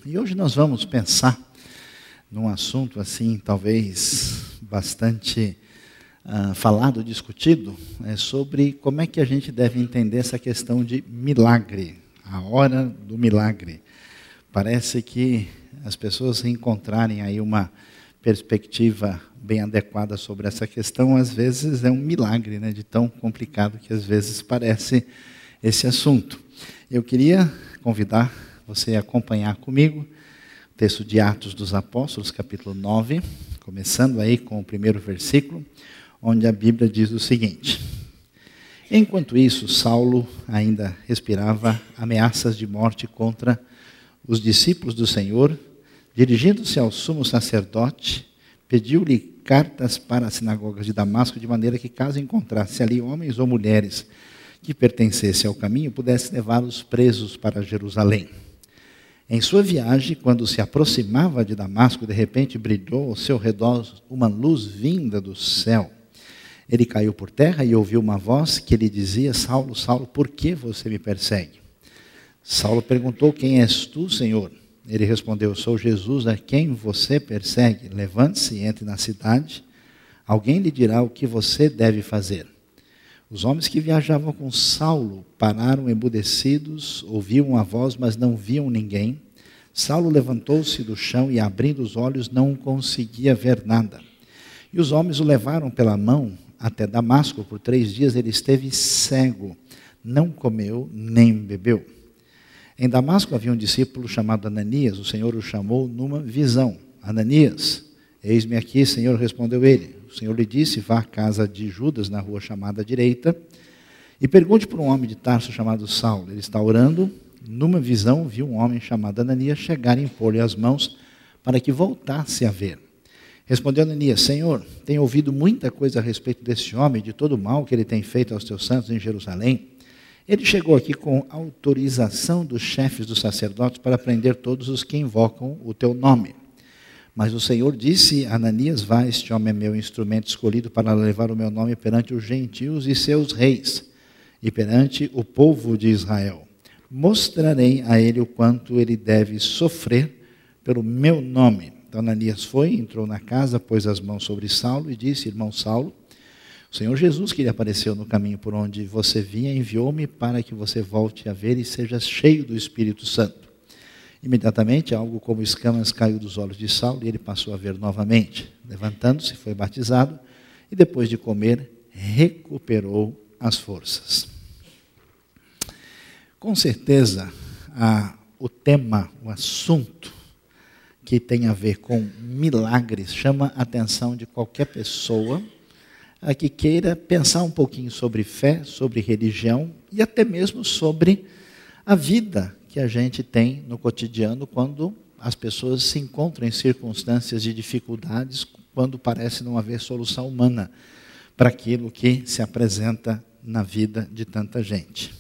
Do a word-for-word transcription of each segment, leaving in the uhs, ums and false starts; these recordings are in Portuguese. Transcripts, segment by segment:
E hoje nós vamos pensar num assunto assim, talvez bastante uh, falado, discutido, é sobre como é que a gente deve entender essa questão de milagre, a hora do milagre. Parece que as pessoas encontrarem aí uma perspectiva bem adequada sobre essa questão, às vezes é um milagre, né, de tão complicado que às vezes parece esse assunto. Eu queria convidar você a acompanhar comigo o texto de Atos dos Apóstolos, capítulo nove, começando aí com o primeiro versículo, onde a Bíblia diz o seguinte: enquanto isso, Saulo ainda respirava ameaças de morte contra os discípulos do Senhor. Dirigindo-se ao sumo sacerdote, pediu-lhe cartas para as sinagogas de Damasco, de maneira que, caso encontrasse ali homens ou mulheres que pertencessem ao caminho, pudesse levá-los presos para Jerusalém. Em sua viagem, quando se aproximava de Damasco, de repente brilhou ao seu redor uma luz vinda do céu. Ele caiu por terra e ouviu uma voz que lhe dizia: Saulo, Saulo, por que você me persegue? Saulo perguntou: quem és tu, Senhor? Ele respondeu: sou Jesus, a quem você persegue. Levante-se e entre na cidade. Alguém lhe dirá o que você deve fazer. Os homens que viajavam com Saulo pararam emudecidos, ouviam a voz, mas não viam ninguém. Saulo levantou-se do chão e, abrindo os olhos, não conseguia ver nada. E os homens o levaram pela mão até Damasco. Por três dias ele esteve cego, não comeu nem bebeu. Em Damasco havia um discípulo chamado Ananias. O Senhor o chamou numa visão. Ananias, eis-me aqui, Senhor, respondeu ele. O Senhor lhe disse: vá à casa de Judas, na rua chamada direita, e pergunte por um homem de Tarso chamado Saulo. Ele está orando. Numa visão, viu um homem chamado Ananias chegar e impor-lhe as mãos para que voltasse a ver. Respondeu Ananias: Senhor, tenho ouvido muita coisa a respeito desse homem, de todo o mal que ele tem feito aos teus santos em Jerusalém. Ele chegou aqui com autorização dos chefes dos sacerdotes para prender todos os que invocam o teu nome. Mas o Senhor disse a Ananias: vá, este homem é meu instrumento escolhido para levar o meu nome perante os gentios e seus reis, e perante o povo de Israel. Mostrarei a ele o quanto ele deve sofrer pelo meu nome. Então Ananias foi, entrou na casa, pôs as mãos sobre Saulo e disse: irmão Saulo, o Senhor Jesus, que lhe apareceu no caminho por onde você vinha, enviou-me para que você volte a ver e seja cheio do Espírito Santo. Imediatamente, algo como escamas caiu dos olhos de Saulo e ele passou a ver novamente. Levantando-se, foi batizado e, depois de comer, recuperou as forças. Com certeza, a, o tema, o assunto que tem a ver com milagres chama a atenção de qualquer pessoa a que queira pensar um pouquinho sobre fé, sobre religião e até mesmo sobre a vida que a gente tem no cotidiano quando as pessoas se encontram em circunstâncias de dificuldades, quando parece não haver solução humana para aquilo que se apresenta na vida de tanta gente.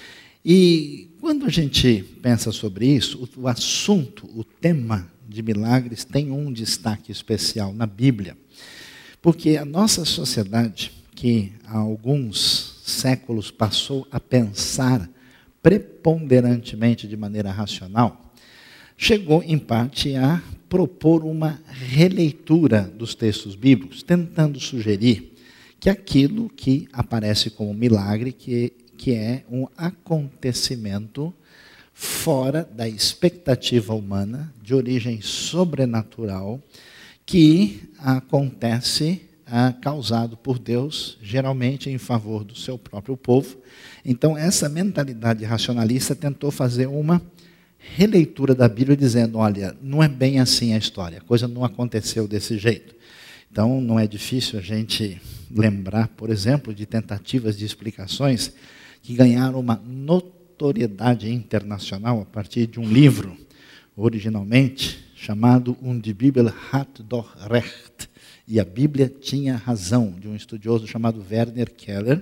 E quando a gente pensa sobre isso, o, o assunto, o tema de milagres tem um destaque especial na Bíblia, porque a nossa sociedade, que há alguns séculos passou a pensar preponderantemente de maneira racional, chegou em parte a propor uma releitura dos textos bíblicos, tentando sugerir que aquilo que aparece como milagre, que, que é um acontecimento fora da expectativa humana, de origem sobrenatural, que acontece ah, causado por Deus, geralmente em favor do seu próprio povo. Então, essa mentalidade racionalista tentou fazer uma releitura da Bíblia, dizendo: olha, não é bem assim a história, a coisa não aconteceu desse jeito. Então, não é difícil a gente lembrar, por exemplo, de tentativas de explicações que ganharam uma notoriedade internacional a partir de um livro, originalmente chamado Um die Bibel hat doch recht, e a Bíblia tinha razão, de um estudioso chamado Werner Keller,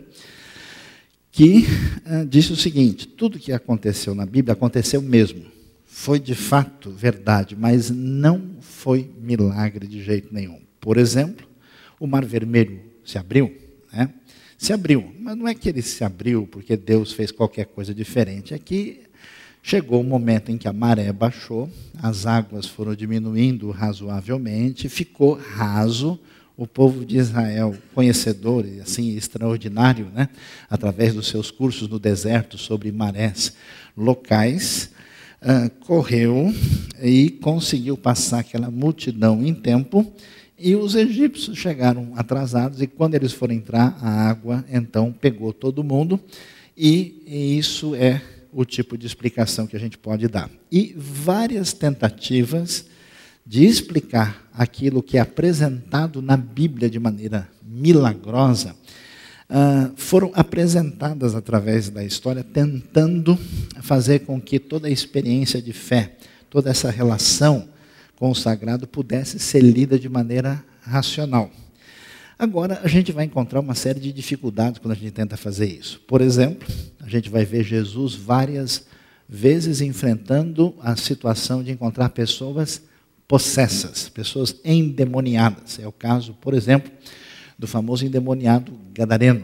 que uh, disse o seguinte: tudo que aconteceu na Bíblia aconteceu mesmo, foi de fato verdade, mas não foi milagre de jeito nenhum. Por exemplo, o Mar Vermelho se abriu, né? Se abriu, mas não é que ele se abriu porque Deus fez qualquer coisa diferente, é que Chegou o momento em que a maré baixou, as águas foram diminuindo razoavelmente, ficou raso. O povo de Israel, conhecedor e assim extraordinário, né, através dos seus cursos no deserto sobre marés locais, uh, correu e conseguiu passar aquela multidão em tempo. E os egípcios chegaram atrasados, e quando eles foram entrar, a água então pegou todo mundo, e, e isso é o tipo de explicação que a gente pode dar. E várias tentativas de explicar aquilo que é apresentado na Bíblia de maneira milagrosa, uh, foram apresentadas através da história, tentando fazer com que toda a experiência de fé, toda essa relação com o sagrado pudesse ser lida de maneira racional. Agora, a gente vai encontrar uma série de dificuldades quando a gente tenta fazer isso. Por exemplo, a gente vai ver Jesus várias vezes enfrentando a situação de encontrar pessoas possessas, pessoas endemoniadas. É o caso, por exemplo, do famoso endemoniado gadareno,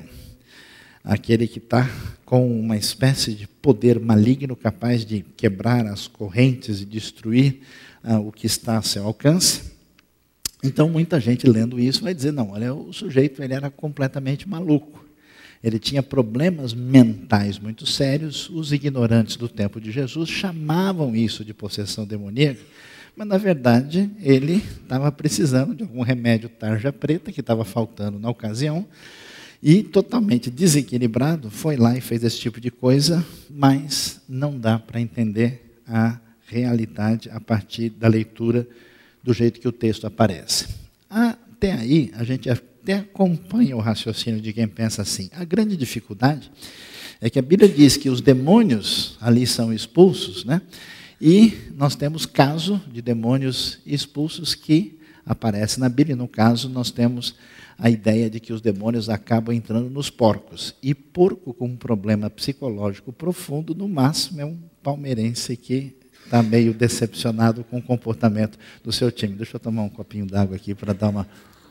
aquele que está com uma espécie de poder maligno capaz de quebrar as correntes e destruir ah, o que está a seu alcance. Então, muita gente lendo isso vai dizer, não, olha, o sujeito ele era completamente maluco. Ele tinha problemas mentais muito sérios. Os ignorantes do tempo de Jesus chamavam isso de possessão demoníaca, mas, na verdade, ele estava precisando de algum remédio tarja preta, que estava faltando na ocasião, e totalmente desequilibrado, foi lá e fez esse tipo de coisa, mas não dá para entender a realidade a partir da leitura do jeito que o texto aparece. Até aí, a gente até acompanha o raciocínio de quem pensa assim. A grande dificuldade é que a Bíblia diz que os demônios ali são expulsos, né? E nós temos caso de demônios expulsos que aparece na Bíblia. No caso, nós temos a ideia de que os demônios acabam entrando nos porcos. E porco com um problema psicológico profundo, no máximo, é um palmeirense que está meio decepcionado com o comportamento do seu time. Deixa eu tomar um copinho d'água aqui para dar uma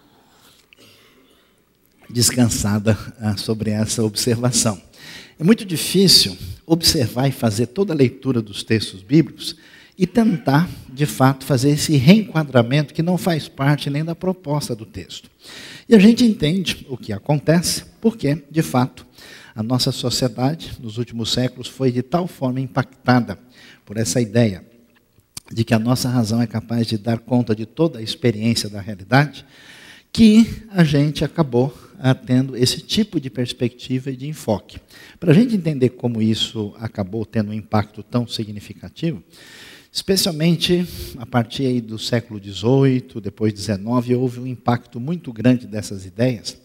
descansada ah, sobre essa observação. É muito difícil observar e fazer toda a leitura dos textos bíblicos e tentar, de fato, fazer esse reenquadramento que não faz parte nem da proposta do texto. E a gente entende o que acontece porque, de fato, a nossa sociedade, nos últimos séculos, foi de tal forma impactada por essa ideia de que a nossa razão é capaz de dar conta de toda a experiência da realidade, que a gente acabou ah, tendo esse tipo de perspectiva e de enfoque. Para a gente entender como isso acabou tendo um impacto tão significativo, especialmente a partir aí do século dezoito, depois dezenove, houve um impacto muito grande dessas ideias,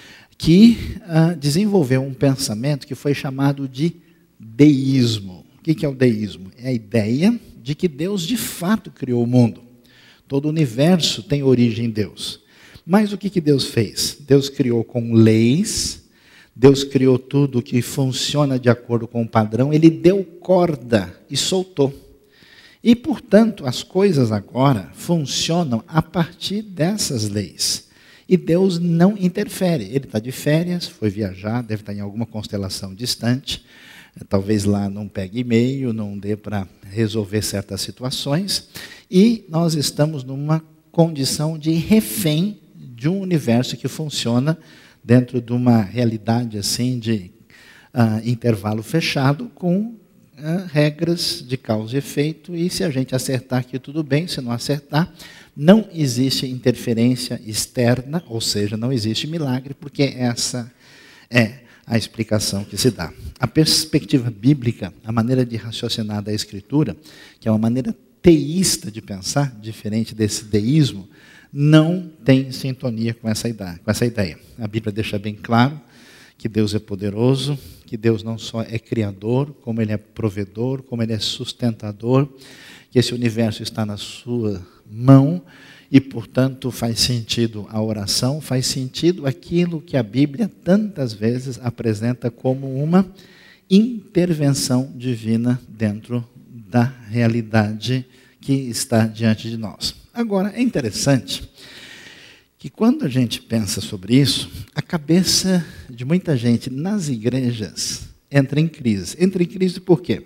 que ah, desenvolveu um pensamento que foi chamado de deísmo. O que é o deísmo? É a ideia de que Deus de fato criou o mundo. Todo o universo tem origem em Deus. Mas o que, que Deus fez? Deus criou com leis, Deus criou tudo que funciona de acordo com o padrão, Ele deu corda e soltou. E, portanto, as coisas agora funcionam a partir dessas leis. E Deus não interfere. Ele está de férias, foi viajar, deve estar em alguma constelação distante, talvez lá não pegue e-mail, não dê para resolver certas situações, e nós estamos numa condição de refém de um universo que funciona dentro de uma realidade assim de uh, intervalo fechado, com uh, regras de causa e efeito, e se a gente acertar aqui tudo bem, se não acertar, não existe interferência externa, ou seja, não existe milagre, porque essa é a explicação que se dá. A perspectiva bíblica, a maneira de raciocinar da Escritura, que é uma maneira teísta de pensar, diferente desse deísmo, não tem sintonia com essa ideia, com essa ideia. A Bíblia deixa bem claro que Deus é poderoso, que Deus não só é criador, como Ele é provedor, como Ele é sustentador, que esse universo está na sua mão e, portanto, faz sentido a oração, faz sentido aquilo que a Bíblia tantas vezes apresenta como uma intervenção divina dentro da realidade que está diante de nós. Agora, é interessante que quando a gente pensa sobre isso, a cabeça de muita gente nas igrejas entra em crise. Entra em crise por quê?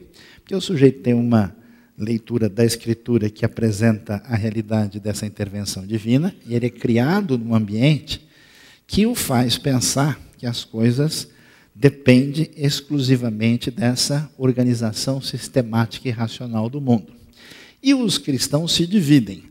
que o sujeito tem uma leitura da Escritura que apresenta a realidade dessa intervenção divina, e ele é criado num ambiente que o faz pensar que as coisas dependem exclusivamente dessa organização sistemática e racional do mundo. E os cristãos se dividem.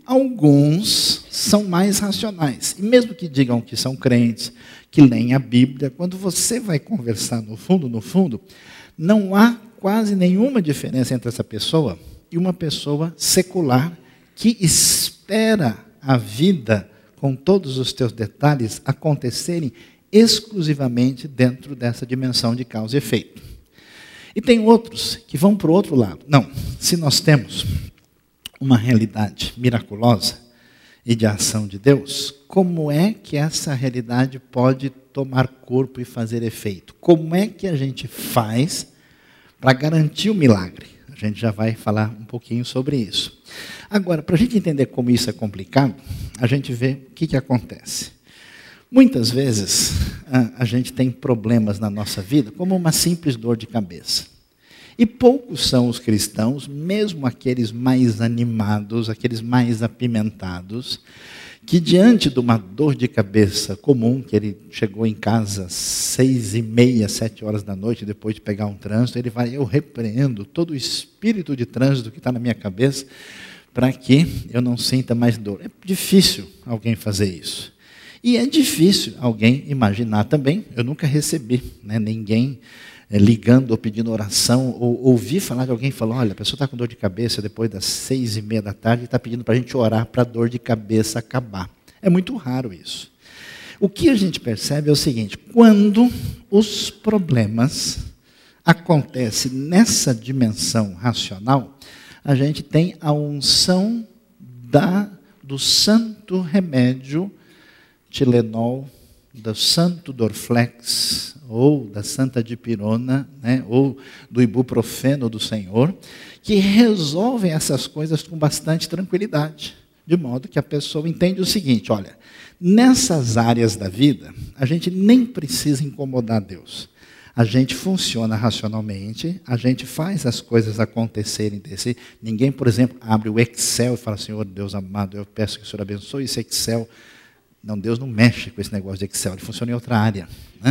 Alguns são mais racionais. E mesmo que digam que são crentes, que leem a Bíblia, quando você vai conversar no fundo, no fundo, não há quase nenhuma diferença entre essa pessoa e uma pessoa secular que espera a vida, com todos os teus detalhes, acontecerem exclusivamente dentro dessa dimensão de causa e efeito. E tem outros que vão para o outro lado. Não, se nós temos uma realidade miraculosa e de ação de Deus, como é que essa realidade pode tomar corpo e fazer efeito? Como é que a gente faz para garantir o milagre? A gente já vai falar um pouquinho sobre isso. Agora, para a gente entender como isso é complicado, a gente vê o que, que acontece. Muitas vezes, a, a gente tem problemas na nossa vida, como uma simples dor de cabeça. E poucos são os cristãos, mesmo aqueles mais animados, aqueles mais apimentados, que diante de uma dor de cabeça comum, que ele chegou em casa às seis e meia, sete horas da noite, depois de pegar um trânsito, ele vai, eu repreendo todo o espírito de trânsito que está na minha cabeça, para que eu não sinta mais dor. É difícil alguém fazer isso. E é difícil alguém imaginar também, eu nunca recebi, né, ninguém é, ligando ou pedindo oração, ou ouvi falar de alguém que falou, olha, a pessoa está com dor de cabeça depois das seis e meia da tarde e está pedindo para a gente orar para a dor de cabeça acabar. É muito raro isso. O que a gente percebe é o seguinte, quando os problemas acontecem nessa dimensão racional, a gente tem a unção da, do santo remédio Tilenol, do santo Dorflex, ou da santa dipirona, né, ou do ibuprofeno do Senhor, que resolvem essas coisas com bastante tranquilidade. De modo que a pessoa entende o seguinte, olha, nessas áreas da vida, a gente nem precisa incomodar Deus. A gente funciona racionalmente, a gente faz as coisas acontecerem desse. Ninguém, por exemplo, abre o Excel e fala, Senhor Deus amado, eu peço que o Senhor abençoe esse Excel. Não, Deus não mexe com esse negócio de Excel, ele funciona em outra área. Né?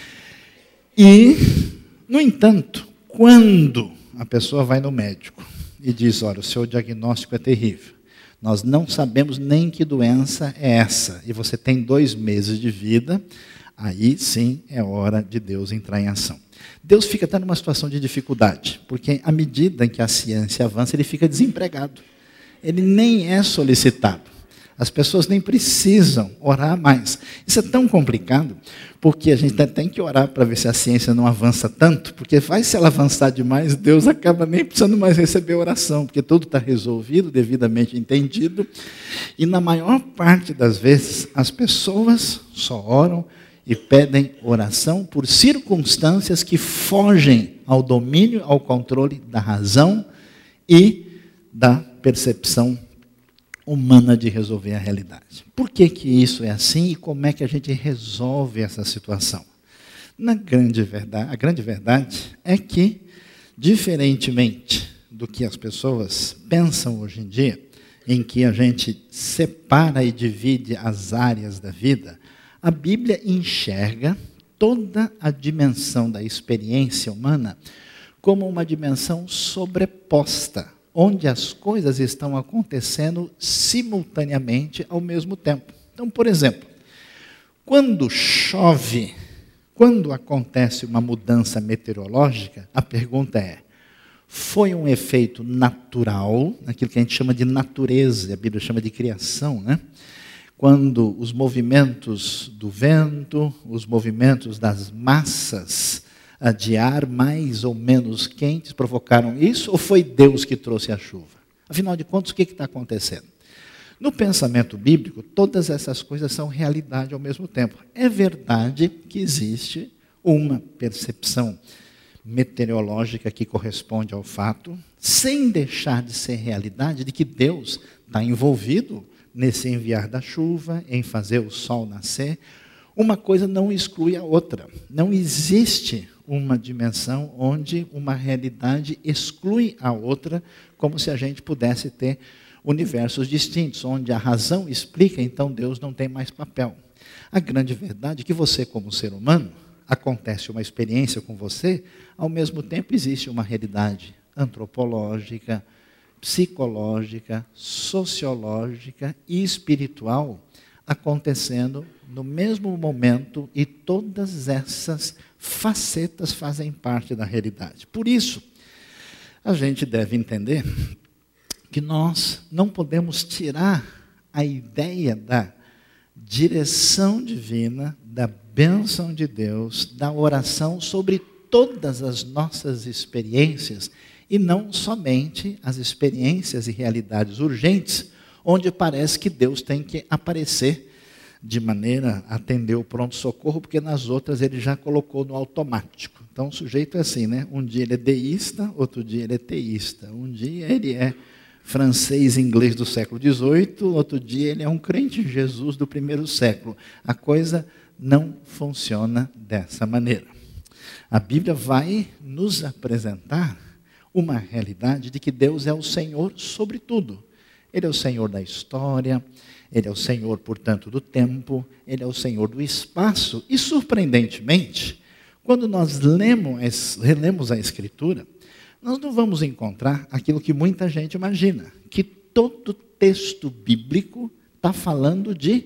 E, no entanto, quando a pessoa vai no médico e diz, olha, o seu diagnóstico é terrível, nós não sabemos nem que doença é essa, e você tem dois meses de vida, aí sim é hora de Deus entrar em ação. Deus fica até numa situação de dificuldade, porque à medida em que a ciência avança, ele fica desempregado. Ele nem é solicitado. As pessoas nem precisam orar mais. Isso é tão complicado, porque a gente tem que orar para ver se a ciência não avança tanto, porque vai se ela avançar demais, Deus acaba nem precisando mais receber oração, porque tudo está resolvido, devidamente entendido. E na maior parte das vezes, as pessoas só oram e pedem oração por circunstâncias que fogem ao domínio, ao controle da razão e da percepção humana de resolver a realidade. Por que que isso é assim e como é que a gente resolve essa situação? Na grande verdade, a grande verdade é que, diferentemente do que as pessoas pensam hoje em dia, em que a gente separa e divide as áreas da vida, a Bíblia enxerga toda a dimensão da experiência humana como uma dimensão sobreposta, onde as coisas estão acontecendo simultaneamente ao mesmo tempo. Então, por exemplo, quando chove, quando acontece uma mudança meteorológica, a pergunta é, foi um efeito natural, aquilo que a gente chama de natureza, a Bíblia chama de criação, né? Quando os movimentos do vento, os movimentos das massas de ar mais ou menos quentes provocaram isso, ou foi Deus que trouxe a chuva? Afinal de contas, o que está acontecendo? No pensamento bíblico, todas essas coisas são realidade ao mesmo tempo. É verdade que existe uma percepção meteorológica que corresponde ao fato, sem deixar de ser realidade de que Deus está envolvido nesse enviar da chuva, em fazer o sol nascer. Uma coisa não exclui a outra. Não existe uma dimensão onde uma realidade exclui a outra, como se a gente pudesse ter universos distintos, onde a razão explica, então Deus não tem mais papel. A grande verdade é que você, como ser humano, acontece uma experiência com você, ao mesmo tempo existe uma realidade antropológica, psicológica, sociológica e espiritual acontecendo no mesmo momento, e todas essas facetas fazem parte da realidade. Por isso, a gente deve entender que nós não podemos tirar a ideia da direção divina, da bênção de Deus, da oração sobre todas as nossas experiências, e não somente as experiências e realidades urgentes, onde parece que Deus tem que aparecer de maneira a atender o pronto-socorro, porque nas outras ele já colocou no automático. Então o sujeito é assim, né? Um dia ele é deísta, outro dia ele é teísta. Um dia ele é francês e inglês do século dezoito, outro dia ele é um crente em Jesus do primeiro século. A coisa não funciona dessa maneira. A Bíblia vai nos apresentar uma realidade de que Deus é o Senhor sobre tudo. Ele é o Senhor da história, Ele é o Senhor, portanto, do tempo, Ele é o Senhor do espaço. E, surpreendentemente, quando nós lemos, relemos a Escritura, nós não vamos encontrar aquilo que muita gente imagina, que todo texto bíblico está falando de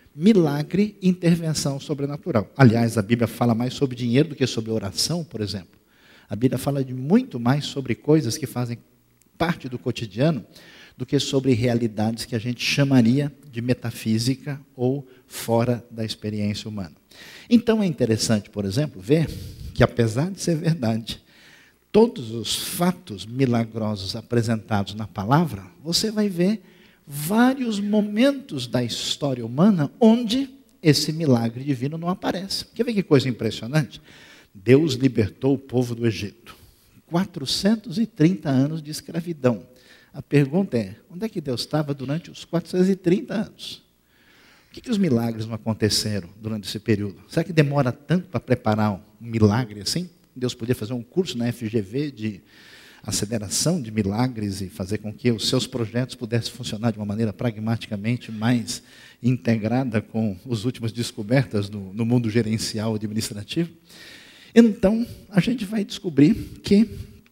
milagre e intervenção sobrenatural. Aliás, a Bíblia fala mais sobre dinheiro do que sobre oração, por exemplo. A Bíblia fala de muito mais sobre coisas que fazem parte do cotidiano do que sobre realidades que a gente chamaria de metafísica ou fora da experiência humana. Então é interessante, por exemplo, ver que, apesar de ser verdade, todos os fatos milagrosos apresentados na palavra, você vai ver vários momentos da história humana onde esse milagre divino não aparece. Quer ver que coisa impressionante? Deus libertou o povo do Egito. quatrocentos e trinta anos de escravidão. A pergunta é, onde é que Deus estava durante os quatrocentos e trinta anos? Por que, que os milagres não aconteceram durante esse período? Será que demora tanto para preparar um milagre assim? Deus podia fazer um curso na F G V de aceleração de milagres e fazer com que os seus projetos pudessem funcionar de uma maneira pragmaticamente mais integrada com as últimas descobertas no, no mundo gerencial administrativo. Então, a gente vai descobrir que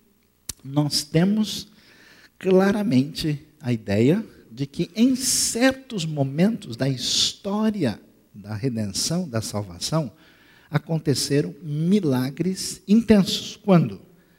nós temos claramente a ideia de que em certos momentos da história da redenção, da salvação, aconteceram milagres intensos. Quando?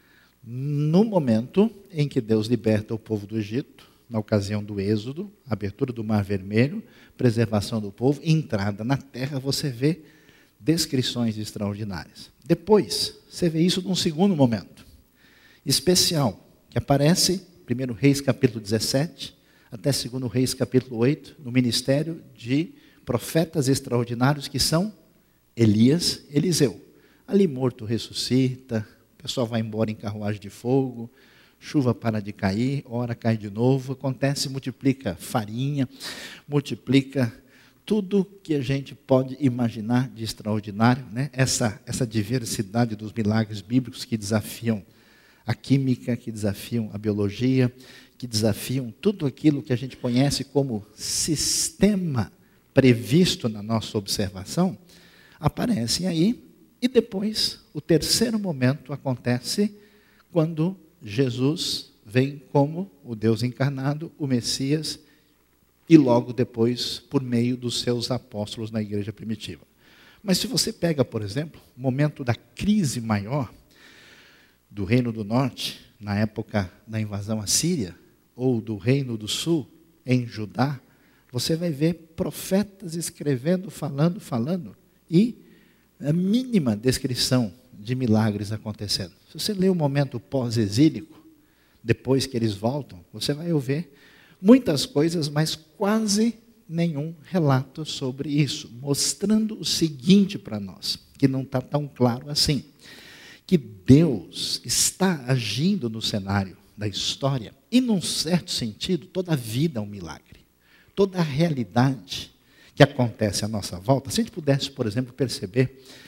No momento em que Deus liberta o povo do Egito, na ocasião do êxodo, abertura do Mar Vermelho, preservação do povo, entrada na terra, você vê descrições extraordinárias. Depois, você vê isso num segundo momento, especial, que aparece, primeiro Reis capítulo dezessete, até segundo Reis capítulo oito, no ministério de profetas extraordinários que são Elias, Eliseu. Ali morto ressuscita, o pessoal vai embora em carruagem de fogo, chuva para de cair, hora cai de novo, acontece, multiplica farinha, multiplica tudo que a gente pode imaginar de extraordinário, né? Essa, essa diversidade dos milagres bíblicos que desafiam a química, que desafiam a biologia, que desafiam tudo aquilo que a gente conhece como sistema previsto na nossa observação, aparecem aí. E depois, o terceiro momento acontece quando Jesus vem como o Deus encarnado, o Messias, e logo depois, por meio dos seus apóstolos na igreja primitiva. Mas se você pega, por exemplo, o momento da crise maior do Reino do Norte, na época da invasão assíria, ou do Reino do Sul, em Judá, você vai ver profetas escrevendo, falando, falando, e a mínima descrição de milagres acontecendo. Se você ler o momento pós-exílico, depois que eles voltam, você vai ver muitas coisas, mas quase nenhum relato sobre isso, mostrando o seguinte para nós, que não está tão claro assim, que Deus está agindo no cenário da história, e num certo sentido, toda a vida é um milagre, toda a realidade que acontece à nossa volta. Se a gente pudesse, por exemplo, perceber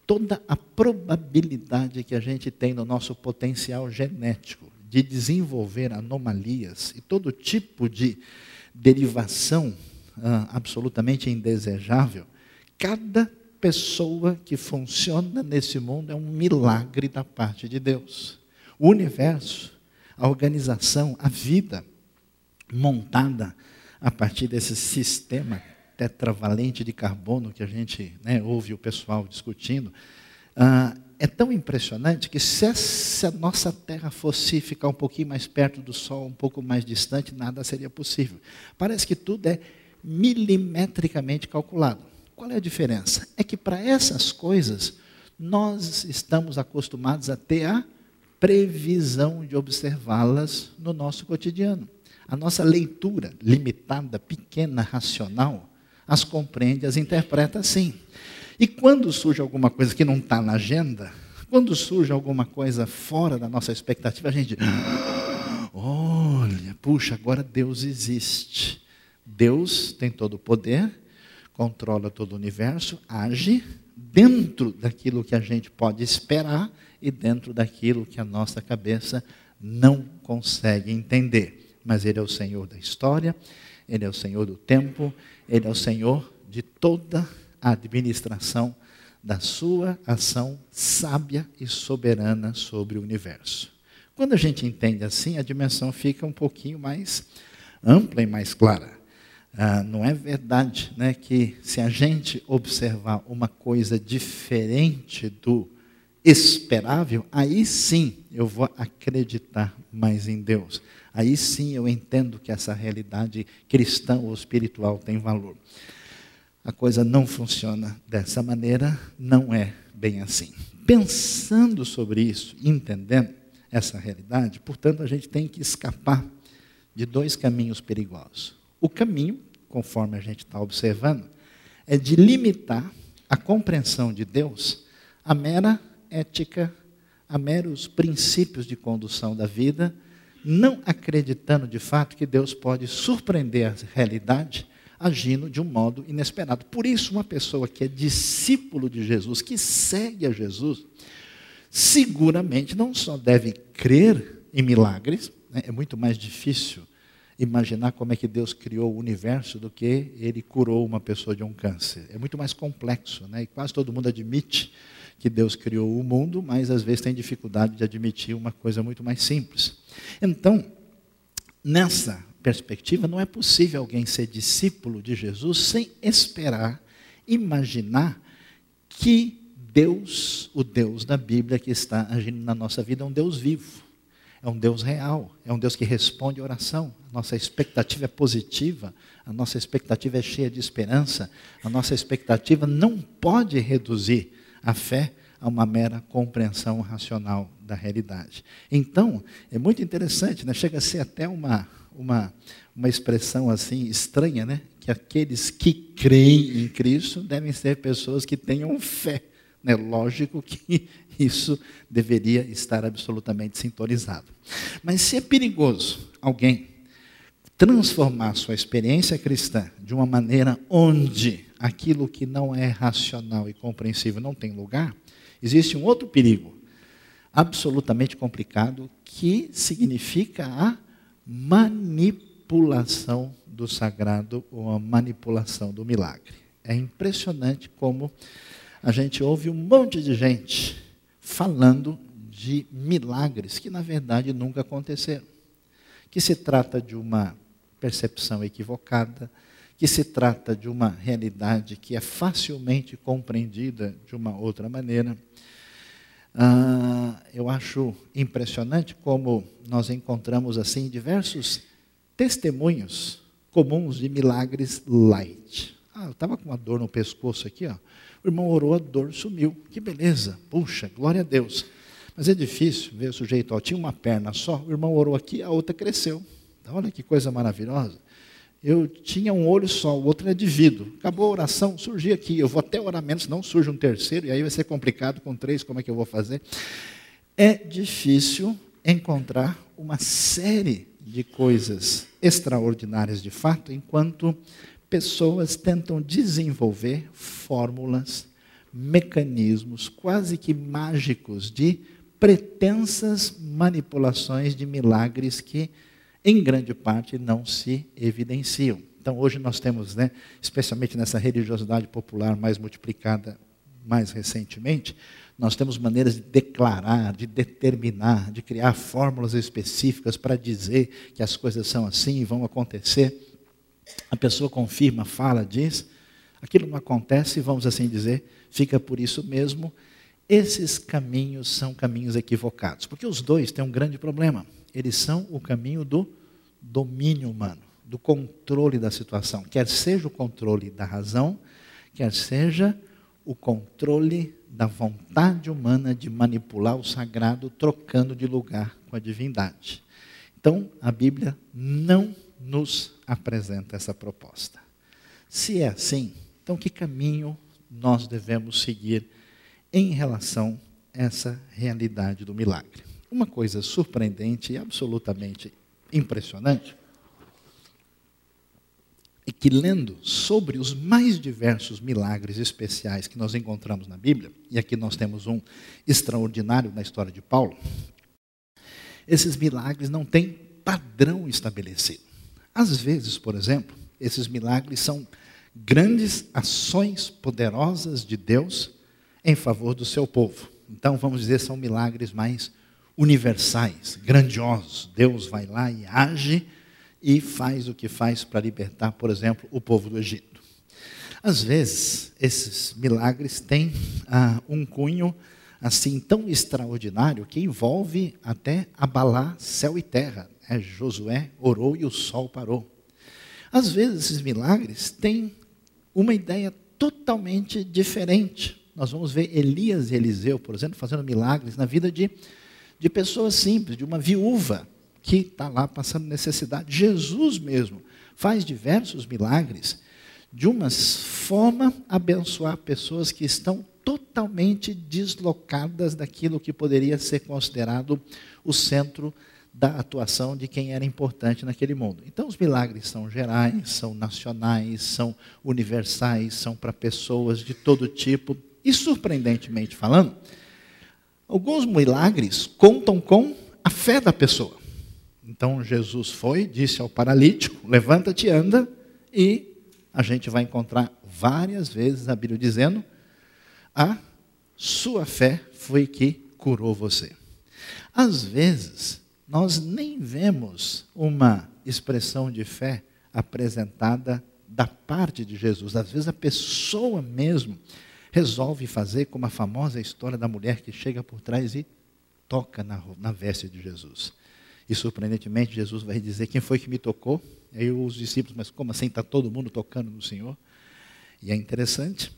toda a probabilidade que a gente tem no nosso potencial genético de desenvolver anomalias e todo tipo de derivação ah, absolutamente indesejável, cada pessoa que funciona nesse mundo é um milagre da parte de Deus. O universo, a organização, a vida montada a partir desse sistema tetravalente de carbono que a gente, né, ouve o pessoal discutindo, ah, é tão impressionante que se essa nossa Terra fosse ficar um pouquinho mais perto do Sol, um pouco mais distante, nada seria possível. Parece que tudo é milimetricamente calculado. Qual é a diferença? É que para essas coisas, nós estamos acostumados a ter a previsão de observá-las no nosso cotidiano. A nossa leitura limitada, pequena, racional, as compreende, as interpreta assim. E quando surge alguma coisa que não está na agenda, quando surge alguma coisa fora da nossa expectativa, a gente diz, olha, puxa, agora Deus existe. Deus tem todo o poder, controla todo o universo, age dentro daquilo que a gente pode esperar e dentro daquilo que a nossa cabeça não consegue entender. Mas Ele é o Senhor da história, Ele é o Senhor do tempo, Ele é o Senhor de toda a administração da sua ação sábia e soberana sobre o universo. Quando a gente entende assim, a dimensão fica um pouquinho mais ampla e mais clara. Ah, não é verdade, né, que se a gente observar uma coisa diferente do esperável, aí sim eu vou acreditar mais em Deus. Aí sim eu entendo que essa realidade cristã ou espiritual tem valor. A coisa não funciona dessa maneira, não é bem assim. Pensando sobre isso, entendendo essa realidade, portanto, a gente tem que escapar de dois caminhos perigosos. O caminho, conforme a gente está observando, é de limitar a compreensão de Deus à mera ética, a meros princípios de condução da vida, não acreditando de fato que Deus pode surpreender a realidade agindo de um modo inesperado. Por isso, uma pessoa que é discípulo de Jesus, que segue a Jesus, seguramente não só deve crer em milagres, né? É muito mais difícil imaginar como é que Deus criou o universo do que Ele curou uma pessoa de um câncer. É muito mais complexo, né? E quase todo mundo admite que Deus criou o mundo, mas às vezes tem dificuldade de admitir uma coisa muito mais simples. Então, nessa perspectiva, não é possível alguém ser discípulo de Jesus sem esperar, imaginar que Deus, o Deus da Bíblia que está agindo na nossa vida, é um Deus vivo, é um Deus real, é um Deus que responde a oração. A nossa expectativa é positiva, a nossa expectativa é cheia de esperança, a nossa expectativa não pode reduzir a fé a uma mera compreensão racional da realidade. Então, é muito interessante, né? Chega a ser até uma, uma, uma expressão assim estranha, né? Que aqueles que creem em Cristo devem ser pessoas que tenham fé. Né? Lógico que isso deveria estar absolutamente sintonizado. Mas se é perigoso alguém transformar sua experiência cristã de uma maneira onde aquilo que não é racional e compreensível não tem lugar, existe um outro perigo, absolutamente complicado, que significa a manipulação do sagrado ou a manipulação do milagre. É impressionante como a gente ouve um monte de gente falando de milagres que, na verdade, nunca aconteceram. Que se trata de uma percepção equivocada, que se trata de uma realidade que é facilmente compreendida de uma outra maneira. Ah, eu acho impressionante como nós encontramos assim diversos testemunhos comuns de milagres light. Ah, eu estava com uma dor no pescoço aqui, ó. O irmão orou, a dor sumiu. Que beleza, puxa, glória a Deus. Mas é difícil ver o sujeito, ó, tinha uma perna só, o irmão orou aqui, a outra cresceu. Então, olha que coisa maravilhosa. Eu tinha um olho só, o outro é de vidro. Acabou a oração, surgi aqui. Eu vou até orar menos, senão surge um terceiro, e aí vai ser complicado com três, como é que eu vou fazer? É difícil encontrar uma série de coisas extraordinárias de fato, enquanto pessoas tentam desenvolver fórmulas mecanismos quase que mágicos de pretensas manipulações de milagres que, em grande parte, não se evidenciam. Então, hoje nós temos, né, especialmente nessa religiosidade popular mais multiplicada mais recentemente, nós temos maneiras de declarar, de determinar, de criar fórmulas específicas para dizer que as coisas são assim e vão acontecer. A pessoa confirma, fala, diz, aquilo não acontece, vamos assim dizer, fica por isso mesmo. Esses caminhos são caminhos equivocados, porque os dois têm um grande problema. Eles são o caminho do domínio humano, do controle da situação, quer seja o controle da razão, quer seja o controle da vontade humana de manipular o sagrado, trocando de lugar com a divindade. Então, a Bíblia não nos apresenta essa proposta. Se é assim, então que caminho nós devemos seguir em relação a essa realidade do milagre? Uma coisa surpreendente e absolutamente impressionante é que, lendo sobre os mais diversos milagres especiais que nós encontramos na Bíblia, e aqui nós temos um extraordinário na história de Paulo, esses milagres não têm padrão estabelecido. Às vezes, por exemplo, esses milagres são grandes ações poderosas de Deus em favor do seu povo. Então, vamos dizer, são milagres mais universais, grandiosos. Deus vai lá e age e faz o que faz para libertar, por exemplo, o povo do Egito. Às vezes, esses milagres têm ah, um cunho assim tão extraordinário que envolve até abalar céu e terra. É, Josué orou e o sol parou. Às vezes, esses milagres têm uma ideia totalmente diferente. Nós vamos ver Elias e Eliseu, por exemplo, fazendo milagres na vida de, de pessoas simples, de uma viúva que está lá passando necessidade. Jesus mesmo faz diversos milagres de uma forma a abençoar pessoas que estão totalmente deslocadas daquilo que poderia ser considerado o centro da atuação de quem era importante naquele mundo. Então, os milagres são gerais, são nacionais, são universais, são para pessoas de todo tipo. E, surpreendentemente falando, alguns milagres contam com a fé da pessoa. Então, Jesus foi, disse ao paralítico, levanta-te e anda, e a gente vai encontrar várias vezes a Bíblia dizendo, a sua fé foi que curou você. Às vezes, nós nem vemos uma expressão de fé apresentada da parte de Jesus. Às vezes, a pessoa mesmo resolve fazer como a famosa história da mulher que chega por trás e toca na, na veste de Jesus. E, surpreendentemente, Jesus vai dizer, quem foi que me tocou? Aí os discípulos, mas como assim está todo mundo tocando no Senhor? E é interessante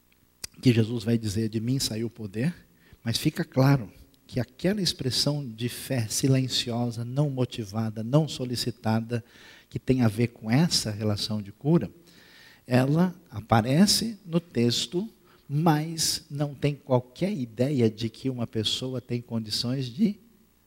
que Jesus vai dizer, de mim saiu o poder, mas fica claro que aquela expressão de fé silenciosa, não motivada, não solicitada, que tem a ver com essa relação de cura, ela aparece no texto, mas não tem qualquer ideia de que uma pessoa tem condições de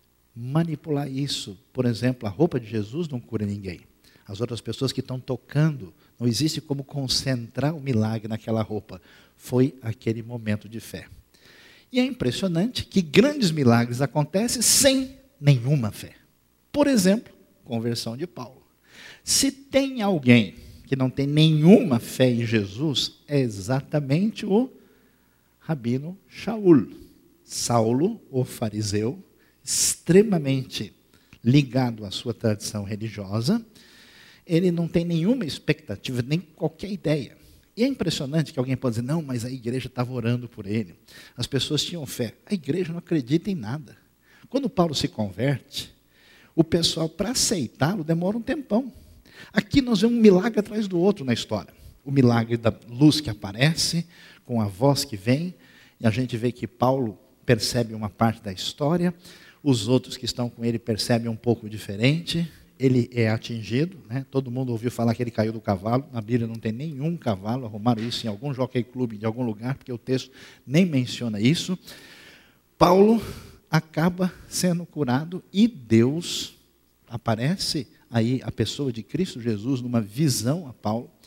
manipular isso. Por exemplo, a roupa de Jesus não cura ninguém. As outras pessoas que estão tocando, não existe como concentrar o milagre naquela roupa. Foi aquele momento de fé. E é impressionante que grandes milagres acontecem sem nenhuma fé. Por exemplo, conversão de Paulo. Se tem alguém que não tem nenhuma fé em Jesus, é exatamente o rabino Shaul. Saulo, o fariseu, extremamente ligado à sua tradição religiosa, ele não tem nenhuma expectativa, nem qualquer ideia. E é impressionante que alguém pode dizer, não, mas a igreja estava orando por ele. As pessoas tinham fé. A igreja não acredita em nada. Quando Paulo se converte, o pessoal, para aceitá-lo, demora um tempão. Aqui nós vemos um milagre atrás do outro na história. O milagre da luz que aparece, com a voz que vem, e a gente vê que Paulo percebe uma parte da história, os outros que estão com ele percebem um pouco diferente, ele é atingido, né? Todo mundo ouviu falar que ele caiu do cavalo, na Bíblia não tem nenhum cavalo, arrumaram isso em algum jockey club de algum lugar, porque o texto nem menciona isso. Paulo acaba sendo curado e Deus aparece aí, a pessoa de Cristo Jesus, numa visão a Paulo,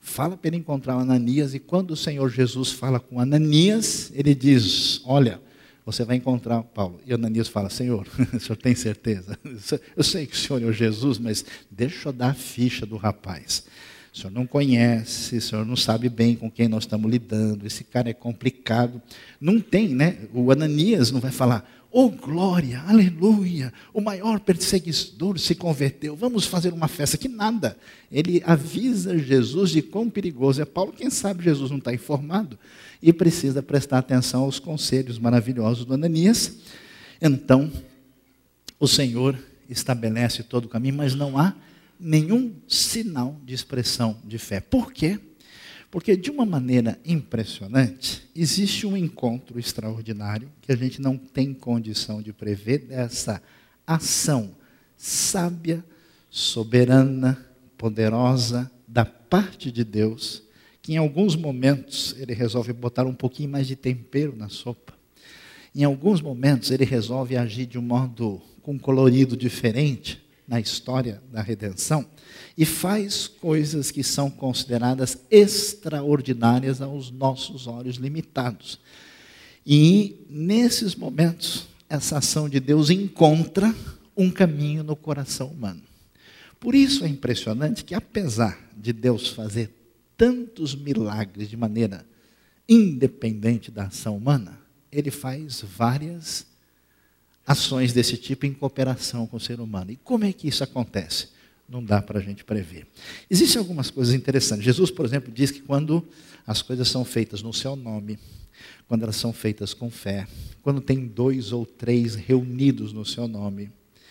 fala para ele encontrar o Ananias, e quando o Senhor Jesus fala com Ananias, ele diz, olha, você vai encontrar Paulo. E Ananias fala, Senhor, o senhor tem certeza? Eu sei que o Senhor é o Jesus, mas deixa eu dar a ficha do rapaz. O senhor não conhece, o senhor não sabe bem com quem nós estamos lidando, esse cara é complicado. Não tem, né? O Ananias não vai falar, oh glória, aleluia, o maior perseguidor se converteu, vamos fazer uma festa, que nada. Ele avisa Jesus de quão perigoso é Paulo. Quem sabe Jesus não está informado e precisa prestar atenção aos conselhos maravilhosos do Ananias. Então, o Senhor estabelece todo o caminho, mas não há nenhum sinal de expressão de fé. Por quê? Porque, de uma maneira impressionante, existe um encontro extraordinário que a gente não tem condição de prever, dessa ação sábia, soberana, poderosa da parte de Deus, que em alguns momentos ele resolve botar um pouquinho mais de tempero na sopa. Em alguns momentos ele resolve agir de um modo com um colorido diferente na história da redenção, e faz coisas que são consideradas extraordinárias aos nossos olhos limitados. E, nesses momentos, essa ação de Deus encontra um caminho no coração humano. Por isso é impressionante que, apesar de Deus fazer tantos milagres de maneira independente da ação humana, Ele faz várias ações desse tipo em cooperação com o ser humano. E como é que isso acontece? Não dá para a gente prever. Existem algumas coisas interessantes. Jesus, por exemplo, diz que quando as coisas são feitas no seu nome, quando elas são feitas com fé, quando tem dois ou três reunidos no seu nome,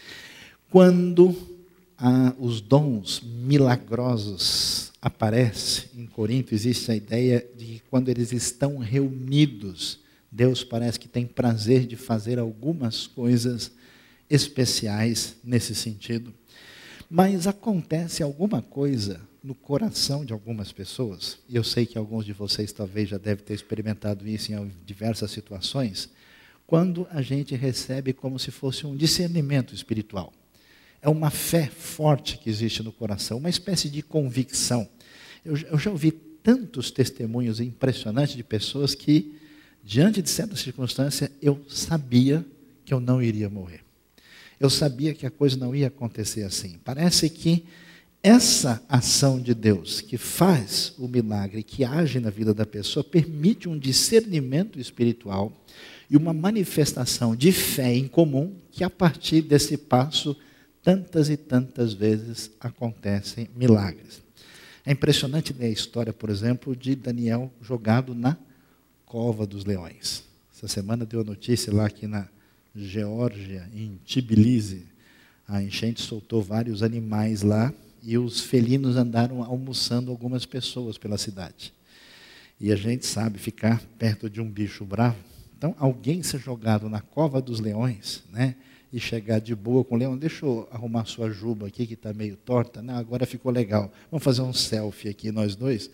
quando ah, os dons milagrosos aparecem, em Corinto existe a ideia de que quando eles estão reunidos, Deus parece que tem prazer de fazer algumas coisas especiais nesse sentido. Mas acontece alguma coisa no coração de algumas pessoas, e eu sei que alguns de vocês talvez já devem ter experimentado isso em diversas situações, quando a gente recebe como se fosse um discernimento espiritual. É uma fé forte que existe no coração, uma espécie de convicção. Eu, eu já ouvi tantos testemunhos impressionantes de pessoas que, diante de certa circunstância, eu sabia que eu não iria morrer. Eu sabia que a coisa não ia acontecer assim. Parece que essa ação de Deus, que faz o milagre, que age na vida da pessoa, permite um discernimento espiritual e uma manifestação de fé em comum, que a partir desse passo, tantas e tantas vezes acontecem milagres. É impressionante ler a história, por exemplo, de Daniel jogado na cova dos leões. Essa semana deu a notícia lá que na Geórgia, em Tbilisi, a enchente soltou vários animais lá e os felinos andaram almoçando algumas pessoas pela cidade. E a gente sabe ficar perto de um bicho bravo. Então, alguém ser jogado na cova dos leões, né, e chegar de boa com o leão, deixa eu arrumar sua juba aqui que está meio torta, não, agora ficou legal, vamos fazer um selfie aqui nós dois.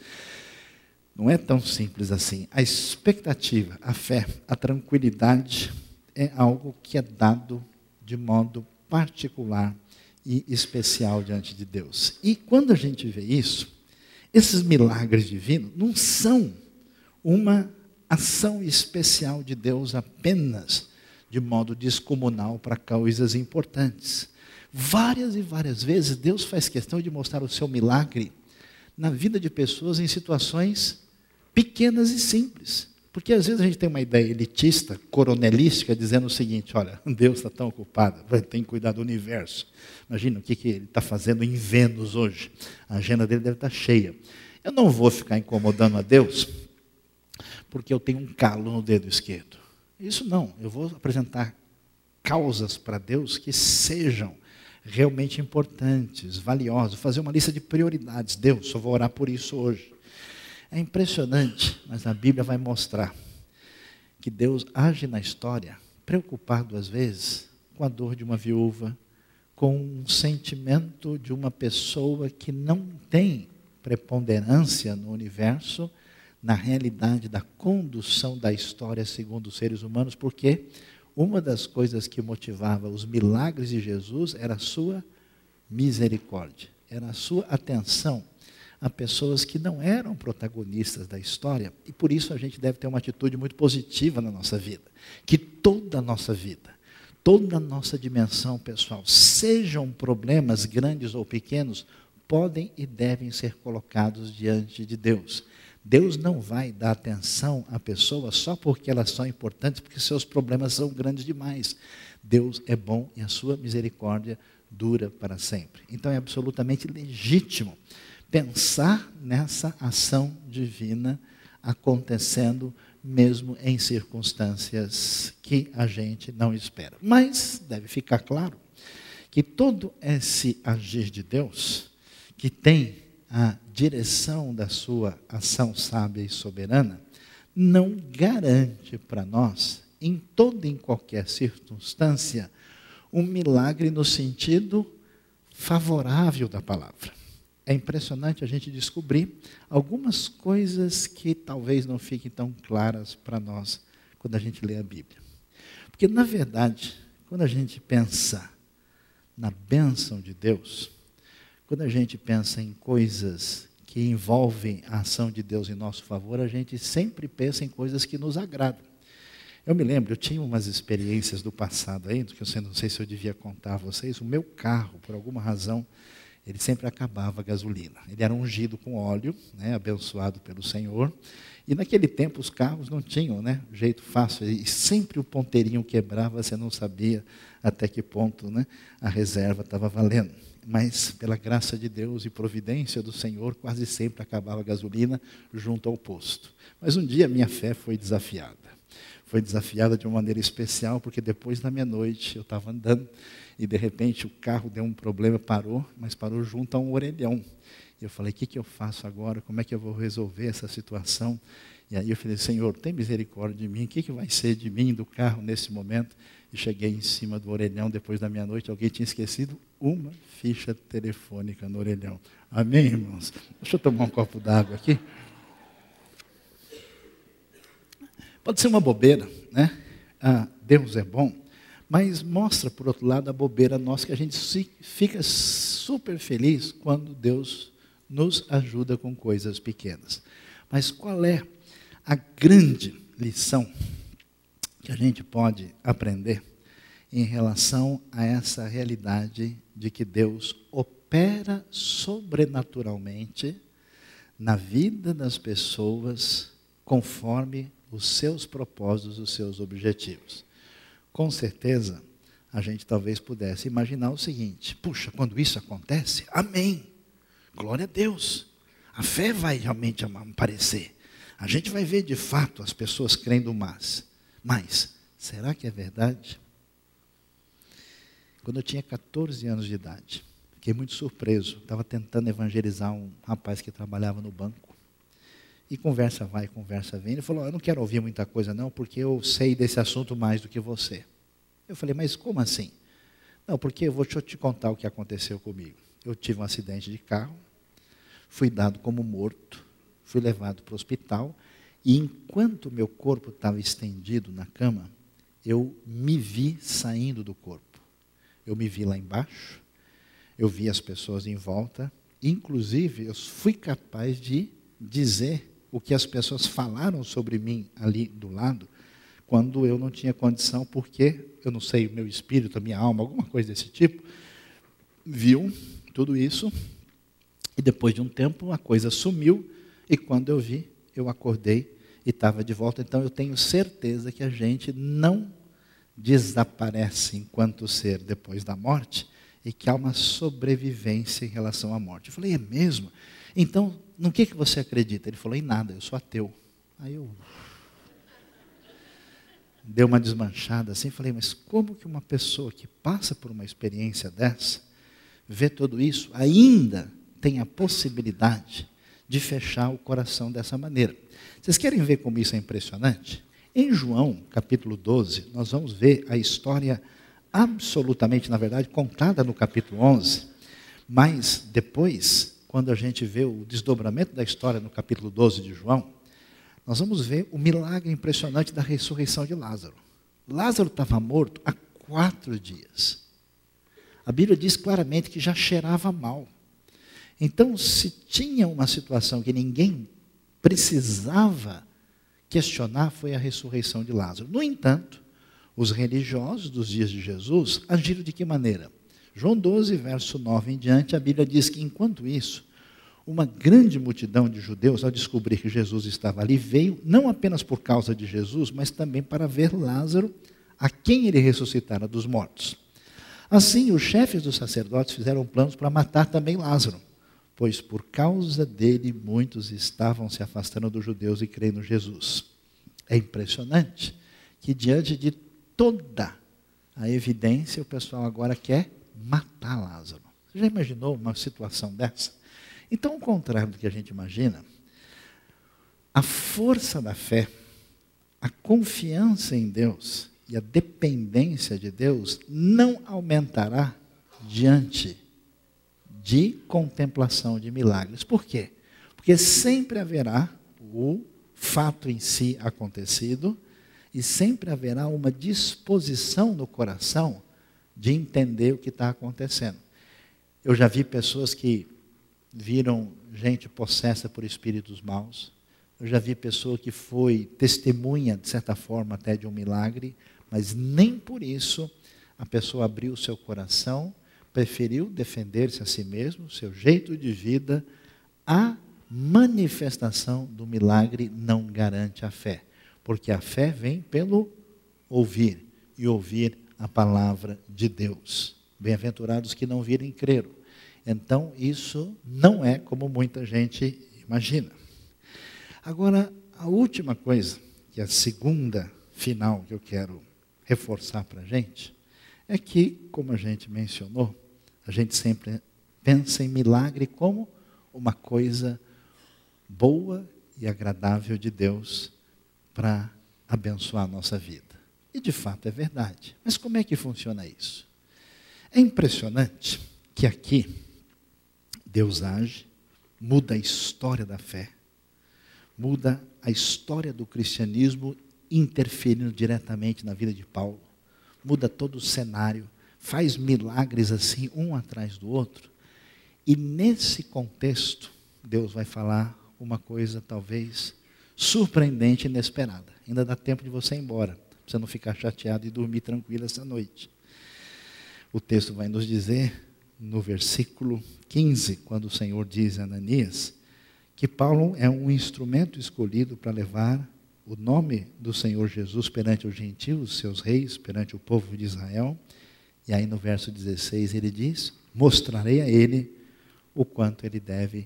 Não é tão simples assim. A expectativa, a fé, a tranquilidade é algo que é dado de modo particular e especial diante de Deus. E quando a gente vê isso, esses milagres divinos não são uma ação especial de Deus apenas de modo descomunal para coisas importantes. Várias e várias vezes Deus faz questão de mostrar o seu milagre na vida de pessoas em situações pequenas e simples. Porque às vezes a gente tem uma ideia elitista, coronelística, dizendo o seguinte, olha, Deus está tão ocupado, tem que cuidar do universo. Imagina o que, que ele está fazendo em Vênus hoje. A agenda dele deve estar cheia. Eu não vou ficar incomodando a Deus, porque eu tenho um calo no dedo esquerdo. Isso não, eu vou apresentar causas para Deus que sejam realmente importantes, valiosas, fazer uma lista de prioridades. Deus, só vou orar por isso hoje. É impressionante, mas a Bíblia vai mostrar que Deus age na história, preocupado às vezes com a dor de uma viúva, com um sentimento de uma pessoa que não tem preponderância no universo, na realidade da condução da história segundo os seres humanos, porque uma das coisas que motivava os milagres de Jesus era a sua misericórdia, era a sua atenção a pessoas que não eram protagonistas da história, e por isso a gente deve ter uma atitude muito positiva na nossa vida. Que toda a nossa vida, toda a nossa dimensão pessoal, sejam problemas grandes ou pequenos, podem e devem ser colocados diante de Deus. Deus não vai dar atenção a pessoas só porque elas são importantes, porque seus problemas são grandes demais. Deus é bom e a sua misericórdia dura para sempre. Então é absolutamente legítimo pensar nessa ação divina acontecendo mesmo em circunstâncias que a gente não espera. Mas deve ficar claro que todo esse agir de Deus, que tem a direção da sua ação sábia e soberana, não garante para nós, em toda e em qualquer circunstância, um milagre no sentido favorável da palavra. É impressionante a gente descobrir algumas coisas que talvez não fiquem tão claras para nós quando a gente lê a Bíblia. Porque, na verdade, quando a gente pensa na bênção de Deus, quando a gente pensa em coisas que envolvem a ação de Deus em nosso favor, a gente sempre pensa em coisas que nos agradam. Eu me lembro, eu tinha umas experiências do passado aí, que eu não sei se eu devia contar a vocês. O meu carro, por alguma razão, ele sempre acabava a gasolina. Ele era ungido com óleo, né, abençoado pelo Senhor. E naquele tempo os carros não tinham, né, jeito fácil. E sempre o ponteirinho quebrava, você não sabia até que ponto, né, a reserva estava valendo. Mas, pela graça de Deus e providência do Senhor, quase sempre acabava a gasolina junto ao posto. Mas um dia minha fé foi desafiada. Foi desafiada de uma maneira especial, porque depois da meia-noite eu estava andando e de repente o carro deu um problema, parou, mas parou junto a um orelhão. E eu falei, o que, que eu faço agora? Como é que eu vou resolver essa situação? E aí eu falei, Senhor, tem misericórdia de mim, o que, que vai ser de mim, do carro, nesse momento? E cheguei em cima do orelhão, depois da meia-noite, alguém tinha esquecido uma ficha telefônica no orelhão. Amém, irmãos? Deixa eu tomar um copo d'água aqui. Pode ser uma bobeira, né? Ah, Deus é bom, mas mostra, por outro lado, a bobeira nossa, que a gente fica super feliz quando Deus nos ajuda com coisas pequenas. Mas qual é a grande lição que a gente pode aprender em relação a essa realidade de que Deus opera sobrenaturalmente na vida das pessoas conforme os seus propósitos, os seus objetivos? Com certeza, a gente talvez pudesse imaginar o seguinte: puxa, quando isso acontece, amém, glória a Deus, a fé vai realmente aparecer, a gente vai ver de fato as pessoas crendo mais. Mas, será que é verdade? Quando eu tinha catorze anos de idade, fiquei muito surpreso, estava tentando evangelizar um rapaz que trabalhava no banco. E conversa vai, conversa vem. Ele falou, eu não quero ouvir muita coisa não, porque eu sei desse assunto mais do que você. Eu falei, mas como assim? Não, porque eu vou deixa eu te contar o que aconteceu comigo. Eu tive um acidente de carro, fui dado como morto, fui levado para o hospital, e enquanto meu corpo estava estendido na cama, eu me vi saindo do corpo. Eu me vi lá embaixo, eu vi as pessoas em volta, inclusive eu fui capaz de dizer o que as pessoas falaram sobre mim ali do lado, quando eu não tinha condição, porque, eu não sei, o meu espírito, a minha alma, alguma coisa desse tipo, viu tudo isso, e depois de um tempo a coisa sumiu, e quando eu vi, eu acordei e estava de volta. Então eu tenho certeza que a gente não desaparece enquanto ser depois da morte, e que há uma sobrevivência em relação à morte. Eu falei, é mesmo? Então, no que, que você acredita? Ele falou, em nada, eu sou ateu. Aí eu dei uma desmanchada assim, falei, mas como que uma pessoa que passa por uma experiência dessa, vê tudo isso, ainda tem a possibilidade de fechar o coração dessa maneira? Vocês querem ver como isso é impressionante? Em João, capítulo doze, nós vamos ver a história absolutamente, na verdade, contada no capítulo onze, mas depois, quando a gente vê o desdobramento da história no capítulo doze de João, nós vamos ver o milagre impressionante da ressurreição de Lázaro. Lázaro estava morto há quatro dias. A Bíblia diz claramente que já cheirava mal. Então, se tinha uma situação que ninguém precisava questionar, foi a ressurreição de Lázaro. No entanto, os religiosos dos dias de Jesus agiram de que maneira? João doze, verso nove em diante, a Bíblia diz que, enquanto isso, uma grande multidão de judeus, ao descobrir que Jesus estava ali, veio não apenas por causa de Jesus, mas também para ver Lázaro, a quem ele ressuscitara dos mortos. Assim, os chefes dos sacerdotes fizeram planos para matar também Lázaro, pois por causa dele muitos estavam se afastando dos judeus e crendo em Jesus. É impressionante que diante de toda a evidência, o pessoal agora quer matar Lázaro. Você já imaginou uma situação dessa? Então, ao contrário do que a gente imagina, a força da fé, a confiança em Deus e a dependência de Deus não aumentará diante de contemplação de milagres. Por quê? Porque sempre haverá o fato em si acontecido e sempre haverá uma disposição no coração de entender o que está acontecendo. Eu já vi pessoas que viram gente possessa por espíritos maus. Eu já vi pessoa que foi testemunha, de certa forma, até de um milagre, mas nem por isso a pessoa abriu o seu coração, preferiu defender-se a si mesmo, seu jeito de vida. A manifestação do milagre não garante a fé, porque a fé vem pelo ouvir, e ouvir a palavra de Deus. Bem-aventurados que não viram e creram. Então, isso não é como muita gente imagina. Agora, a última coisa, que é a segunda final que eu quero reforçar para a gente, é que, como a gente mencionou, a gente sempre pensa em milagre como uma coisa boa e agradável de Deus para abençoar a nossa vida. E de fato é verdade. Mas como é que funciona isso? É impressionante que aqui Deus age, muda a história da fé, muda a história do cristianismo, interferindo diretamente na vida de Paulo, muda todo o cenário, faz milagres assim, um atrás do outro. E nesse contexto, Deus vai falar uma coisa talvez surpreendente e inesperada. Ainda dá tempo de você ir embora, para você não ficar chateado e dormir tranquilo essa noite. O texto vai nos dizer, no versículo quinze, quando o Senhor diz a Ananias, que Paulo é um instrumento escolhido para levar o nome do Senhor Jesus perante os gentios, seus reis, perante o povo de Israel. E aí no verso dezesseis ele diz, mostrarei a ele o quanto ele deve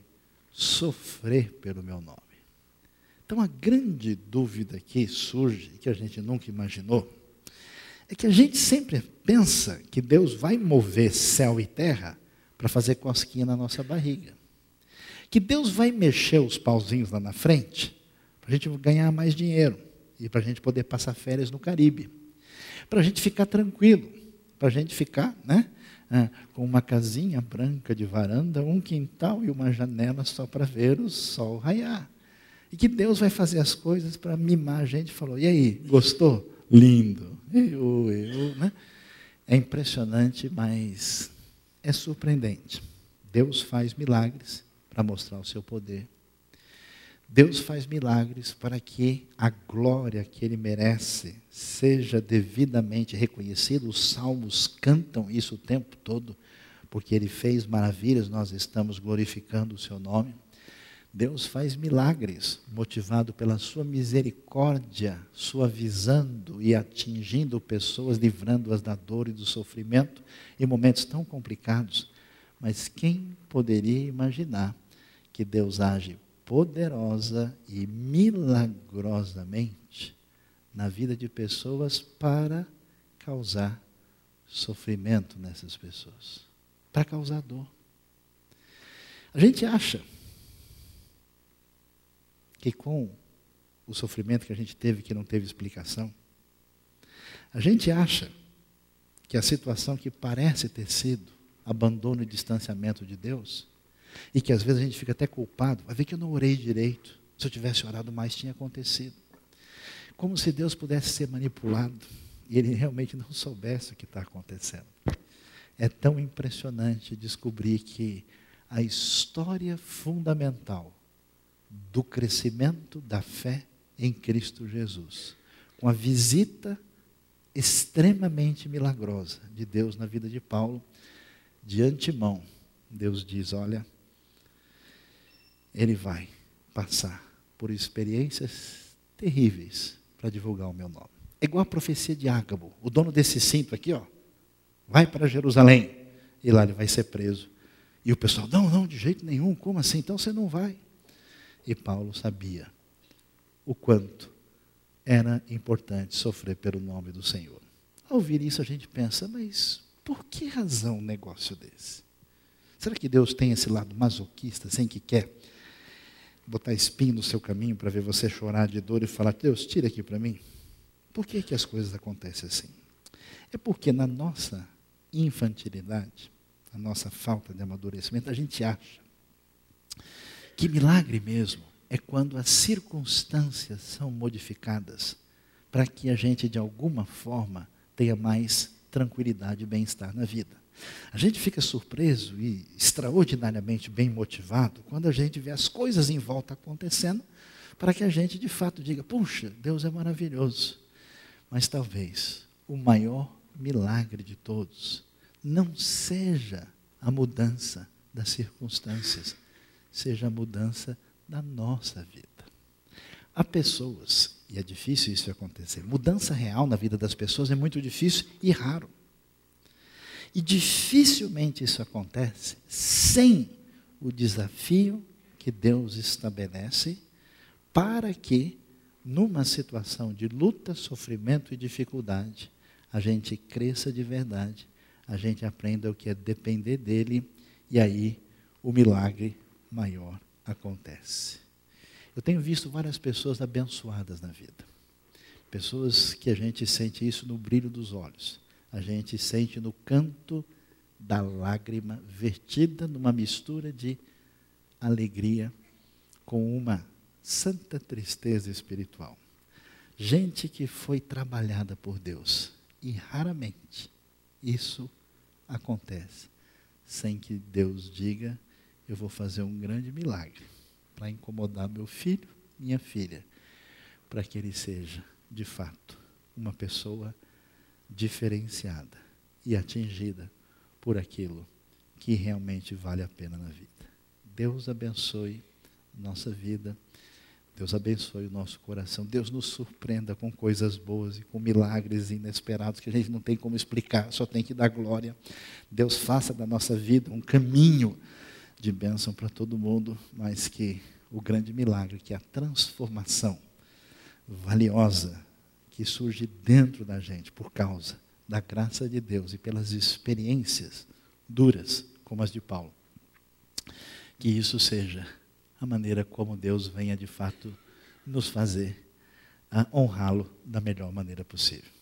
sofrer pelo meu nome. Então a grande dúvida que surge, que a gente nunca imaginou, é que a gente sempre pensa que Deus vai mover céu e terra para fazer cosquinha na nossa barriga. Que Deus vai mexer os pauzinhos lá na frente para a gente ganhar mais dinheiro e para a gente poder passar férias no Caribe. Para a gente ficar tranquilo, para a gente ficar, né, ah, com uma casinha branca de varanda, um quintal e uma janela só para ver o sol raiar. E que Deus vai fazer as coisas para mimar a gente. Falou, e aí, gostou? Lindo. Eu, eu, né? É impressionante, mas é surpreendente. Deus faz milagres para mostrar o seu poder. Deus faz milagres para que a glória que Ele merece seja devidamente reconhecida. Os salmos cantam isso o tempo todo, porque Ele fez maravilhas, nós estamos glorificando o seu nome. Deus faz milagres, motivado pela sua misericórdia, suavizando e atingindo pessoas, livrando-as da dor e do sofrimento em momentos tão complicados. Mas quem poderia imaginar que Deus age poderosa e milagrosamente na vida de pessoas para causar sofrimento nessas pessoas, para causar dor? A gente acha que com o sofrimento que a gente teve, que não teve explicação, a gente acha que a situação que parece ter sido abandono e distanciamento de Deus, e que às vezes a gente fica até culpado, vai ver que eu não orei direito, se eu tivesse orado mais tinha acontecido. Como se Deus pudesse ser manipulado, e Ele realmente não soubesse o que está acontecendo. É tão impressionante descobrir que a história fundamental do crescimento da fé em Cristo Jesus, com a visita extremamente milagrosa de Deus na vida de Paulo. De antemão, Deus diz, olha, ele vai passar por experiências terríveis para divulgar o meu nome. É igual a profecia de Ágabo, o dono desse cinto aqui, ó, vai para Jerusalém, e lá ele vai ser preso. E o pessoal, não, não, de jeito nenhum, como assim? Então você não vai. E Paulo sabia o quanto era importante sofrer pelo nome do Senhor. Ao ouvir isso a gente pensa, mas por que razão um negócio desse? Será que Deus tem esse lado masoquista, assim, que quer botar espinho no seu caminho para ver você chorar de dor e falar, Deus, tira aqui para mim? Por que que as coisas acontecem assim? É porque na nossa infantilidade, a nossa falta de amadurecimento, a gente acha que milagre mesmo é quando as circunstâncias são modificadas para que a gente, de alguma forma, tenha mais tranquilidade e bem-estar na vida. A gente fica surpreso e extraordinariamente bem motivado quando a gente vê as coisas em volta acontecendo para que a gente, de fato, diga, puxa, Deus é maravilhoso. Mas talvez o maior milagre de todos não seja a mudança das circunstâncias, seja a mudança da nossa vida. Há pessoas, e é difícil isso acontecer, mudança real na vida das pessoas é muito difícil e raro. E dificilmente isso acontece sem o desafio que Deus estabelece para que, numa situação de luta, sofrimento e dificuldade, a gente cresça de verdade, a gente aprenda o que é depender dele, e aí o milagre maior acontece. Eu tenho visto várias pessoas abençoadas na vida. Pessoas que a gente sente isso no brilho dos olhos. A gente sente no canto da lágrima vertida numa mistura de alegria com uma santa tristeza espiritual. Gente que foi trabalhada por Deus. E raramente isso acontece sem que Deus diga, eu vou fazer um grande milagre para incomodar meu filho, minha filha, para que ele seja, de fato, uma pessoa diferenciada e atingida por aquilo que realmente vale a pena na vida. Deus abençoe nossa vida, Deus abençoe o nosso coração, Deus nos surpreenda com coisas boas e com milagres inesperados que a gente não tem como explicar, só tem que dar glória. Deus faça da nossa vida um caminho de bênção para todo mundo, mas que o grande milagre, que é a transformação valiosa que surge dentro da gente por causa da graça de Deus e pelas experiências duras, como as de Paulo, que isso seja a maneira como Deus venha de fato nos fazer a honrá-lo da melhor maneira possível.